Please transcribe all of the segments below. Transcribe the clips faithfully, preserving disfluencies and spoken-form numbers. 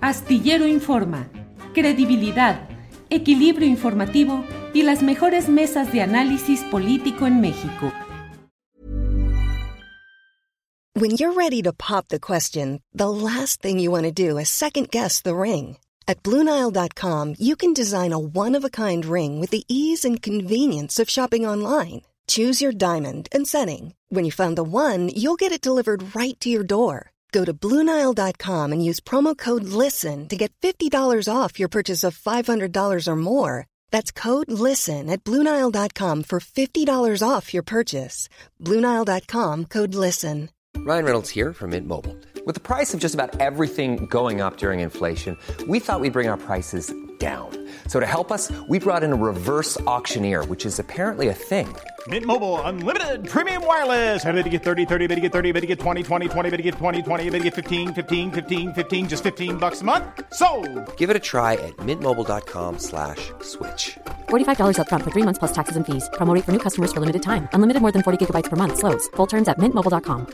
Astillero Informa, credibilidad, equilibrio informativo y las mejores mesas de análisis político en México. When you're ready to pop the question, the last thing you want to do is second-guess the ring. At Blue Nile dot com, you can design a one-of-a-kind ring with the ease and convenience of shopping online. Choose your diamond and setting. When you find the one, you'll get it delivered right to your door. Go to Blue Nile dot com and use promo code LISTEN to get fifty dollars off your purchase of five hundred dollars or more. That's code LISTEN at Blue Nile dot com for fifty dollars off your purchase. Blue Nile dot com, code LISTEN. Ryan Reynolds here from Mint Mobile. With the price of just about everything going up during inflation, we thought we'd bring our prices down. So to help us, we brought in a reverse auctioneer, which is apparently a thing. Mint Mobile Unlimited Premium Wireless. How to get thirty, thirty, how to get thirty, how to get twenty, twenty, twenty, how to get twenty, twenty, how to get fifteen, fifteen, fifteen, fifteen, just fifteen bucks a month? Sold! Give it a try at mintmobile.com slash switch. forty-five dollars up front for three months plus taxes and fees. Promo rate for new customers for limited time. Unlimited more than forty gigabytes per month. Slows full terms at mint mobile dot com.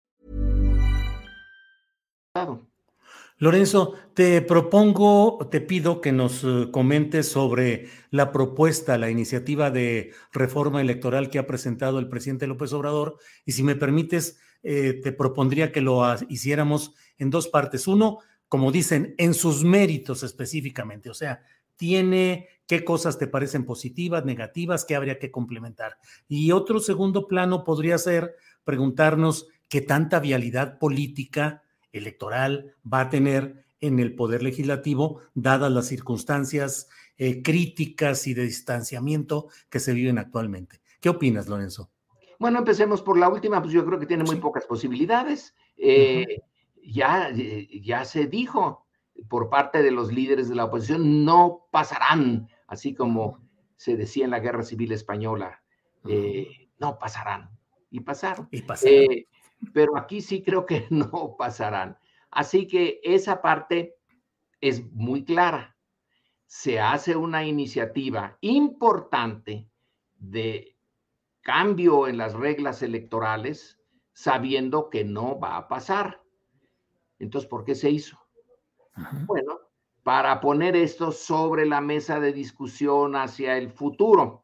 Lorenzo, te propongo, te pido que nos uh, comentes sobre la propuesta, la iniciativa de reforma electoral que ha presentado el presidente López Obrador, y si me permites, eh, te propondría que lo uh, hiciéramos en dos partes. Uno, como dicen, en sus méritos específicamente, o sea, tiene qué cosas te parecen positivas, negativas, qué habría que complementar. Y otro segundo plano podría ser preguntarnos qué tanta vialidad política electoral va a tener en el Poder Legislativo, dadas las circunstancias eh, críticas y de distanciamiento que se viven actualmente. ¿Qué opinas, Lorenzo? Bueno, empecemos por la última, pues yo creo que tiene muy sí. pocas posibilidades. Eh, uh-huh. ya, ya se dijo por parte de los líderes de la oposición, no pasarán, así como se decía en la Guerra Civil Española, eh, uh-huh. no pasarán, y pasaron. Y pasaron. Eh, pero aquí sí creo que no pasarán. Así que esa parte es muy clara. Se hace una iniciativa importante de cambio en las reglas electorales, sabiendo que no va a pasar. Entonces, ¿por qué se hizo? Uh-huh. Bueno, para poner esto sobre la mesa de discusión hacia el futuro.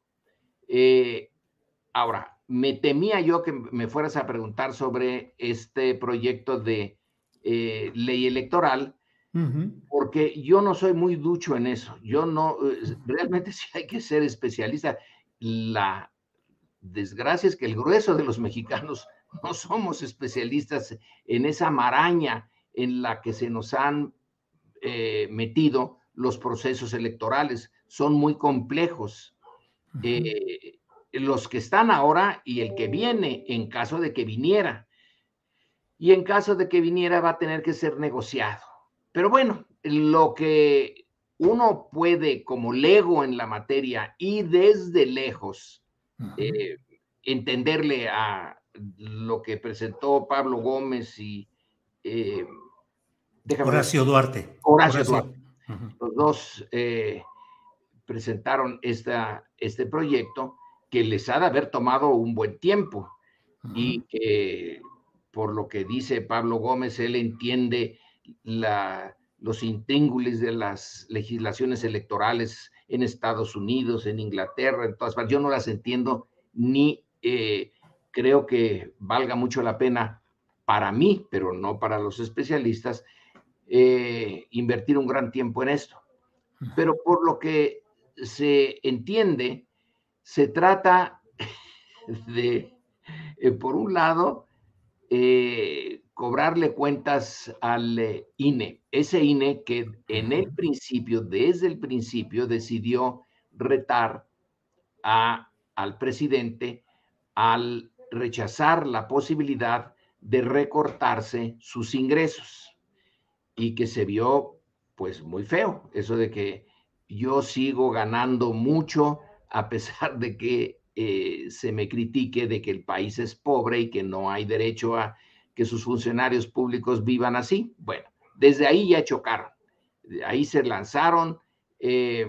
Eh, ahora, me temía yo que me fueras a preguntar sobre este proyecto de eh, ley electoral, uh-huh. porque yo no soy muy ducho en eso. Yo no, realmente sí hay que ser especialista. La desgracia es que el grueso de los mexicanos no somos especialistas en esa maraña en la que se nos han eh, metido los procesos electorales. Son muy complejos. Uh-huh. Eh, los que están ahora y el que viene en caso de que viniera. Y en caso de que viniera va a tener que ser negociado. Pero bueno, lo que uno puede como lego en la materia y desde lejos uh-huh. eh, entenderle a lo que presentó Pablo Gómez y eh, Horacio ver, Duarte. Horacio, Horacio. Duarte. Uh-huh. Los dos eh, presentaron esta, este proyecto que les ha de haber tomado un buen tiempo uh-huh. y que por lo que dice Pablo Gómez, él entiende la, los intríngulis de las legislaciones electorales en Estados Unidos, en Inglaterra, en todas partes. Yo no las entiendo ni eh, creo que valga mucho la pena para mí, pero no para los especialistas, eh, invertir un gran tiempo en esto. Uh-huh. Pero por lo que se entiende, se trata de, eh, por un lado, eh, cobrarle cuentas al eh, I N E. Ese I N E que en el principio, desde el principio, decidió retar a, al presidente al rechazar la posibilidad de recortarse sus ingresos y que se vio pues muy feo. Eso de que yo sigo ganando mucho a pesar de que eh, se me critique de que el país es pobre y que no hay derecho a que sus funcionarios públicos vivan así. Bueno, desde ahí ya chocaron. Ahí se lanzaron eh,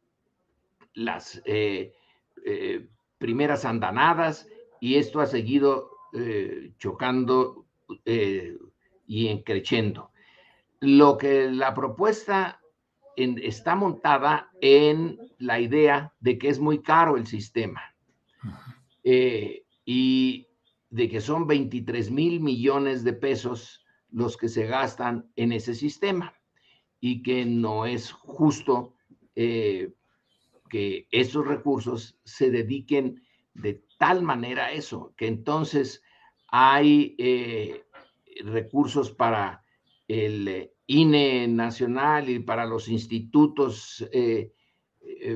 las eh, eh, primeras andanadas y esto ha seguido eh, chocando eh, y encrechendo. lo que la propuesta en, está montada en la idea de que es muy caro el sistema eh, y de que son veintitrés mil millones de pesos los que se gastan en ese sistema y que no es justo eh, que esos recursos se dediquen de tal manera a eso, que entonces hay eh, recursos para el eh, I N E nacional y para los institutos eh, eh,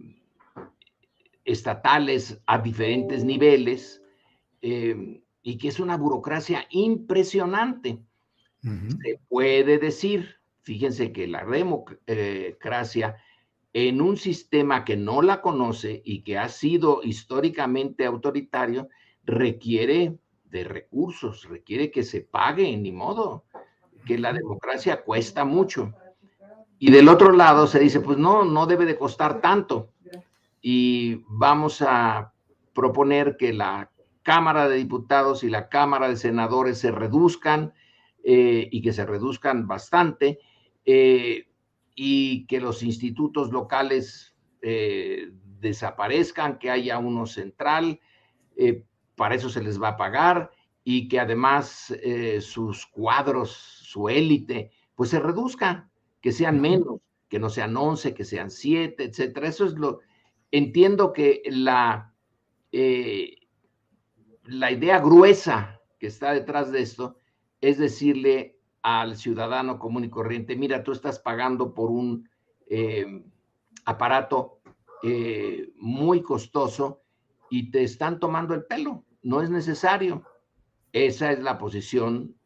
estatales a diferentes niveles, eh, y que es una burocracia impresionante. Uh-huh. Se puede decir, fíjense que la democracia en un sistema que no la conoce y que ha sido históricamente autoritario, requiere de recursos, requiere que se pague, ni modo, que la democracia cuesta mucho. Y del otro lado se dice, pues no, no debe de costar tanto. Y vamos a proponer que la Cámara de Diputados y la Cámara de Senadores se reduzcan eh, y que se reduzcan bastante, eh, y que los institutos locales eh, desaparezcan, que haya uno central, eh, para eso se les va a pagar, y que además eh, sus cuadros, su élite, pues se reduzca, que sean menos, que no sean once, que sean siete, etcétera. Eso es lo, entiendo que la, eh, la idea gruesa que está detrás de esto es decirle al ciudadano común y corriente, mira, tú estás pagando por un eh, aparato eh, muy costoso y te están tomando el pelo, no es necesario. Esa es la posición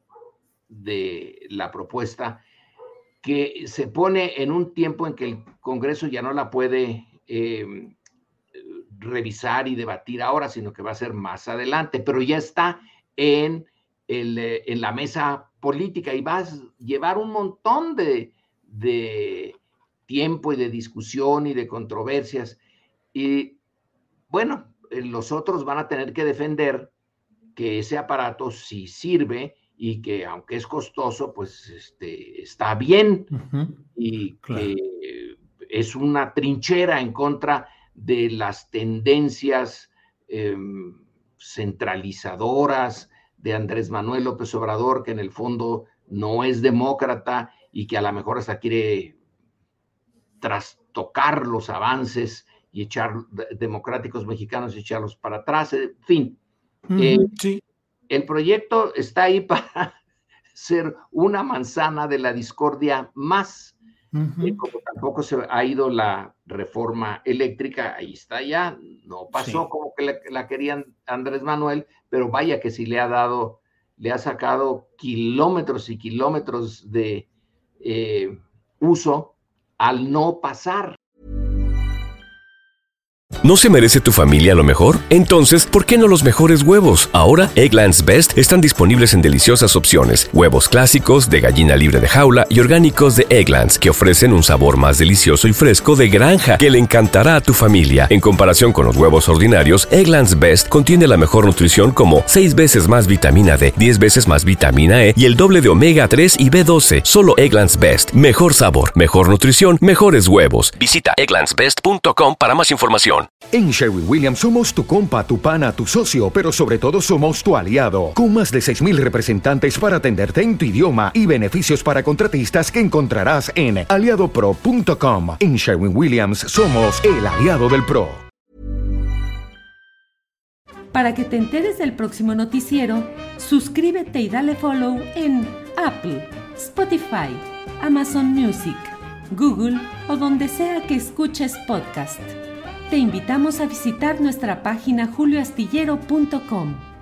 de la propuesta, que se pone en un tiempo en que el Congreso ya no la puede eh, revisar y debatir ahora, sino que va a ser más adelante, pero ya está en, el, en la mesa política y va a llevar un montón de, de tiempo y de discusión y de controversias. Y bueno, los otros van a tener que defender que ese aparato sí sirve y que aunque es costoso, pues este, está bien, uh-huh. y claro, que es una trinchera en contra de las tendencias eh, centralizadoras de Andrés Manuel López Obrador, que en el fondo no es demócrata y que a lo mejor hasta quiere trastocar los avances y echar democráticos mexicanos y echarlos para atrás, en fin. Uh-huh, eh, sí. El proyecto está ahí para ser una manzana de la discordia más. Uh-huh. Eh, como tampoco se ha ido la reforma eléctrica, ahí está ya, no pasó sí. como que la, la querían Andrés Manuel, pero vaya que sí le ha dado, le ha sacado kilómetros y kilómetros de eh, uso al no pasar. ¿No se merece tu familia lo mejor? Entonces, ¿por qué no los mejores huevos? Ahora, Eggland's Best están disponibles en deliciosas opciones. Huevos clásicos, de gallina libre de jaula y orgánicos de Eggland's, que ofrecen un sabor más delicioso y fresco de granja, que le encantará a tu familia. En comparación con los huevos ordinarios, Eggland's Best contiene la mejor nutrición como seis veces más vitamina D, diez veces más vitamina E y el doble de omega tres y B doce. Solo Eggland's Best. Mejor sabor, mejor nutrición, mejores huevos. Visita egglands best punto com para más información. En Sherwin-Williams somos tu compa, tu pana, tu socio, pero sobre todo somos tu aliado, con más de seis mil representantes para atenderte en tu idioma y beneficios para contratistas que encontrarás en aliado pro punto com. En Sherwin-Williams somos el aliado del pro. Para que te enteres del próximo noticiero, suscríbete y dale follow en Apple, Spotify, Amazon Music, Google o donde sea que escuches podcast. Te invitamos a visitar nuestra página julio astillero punto com.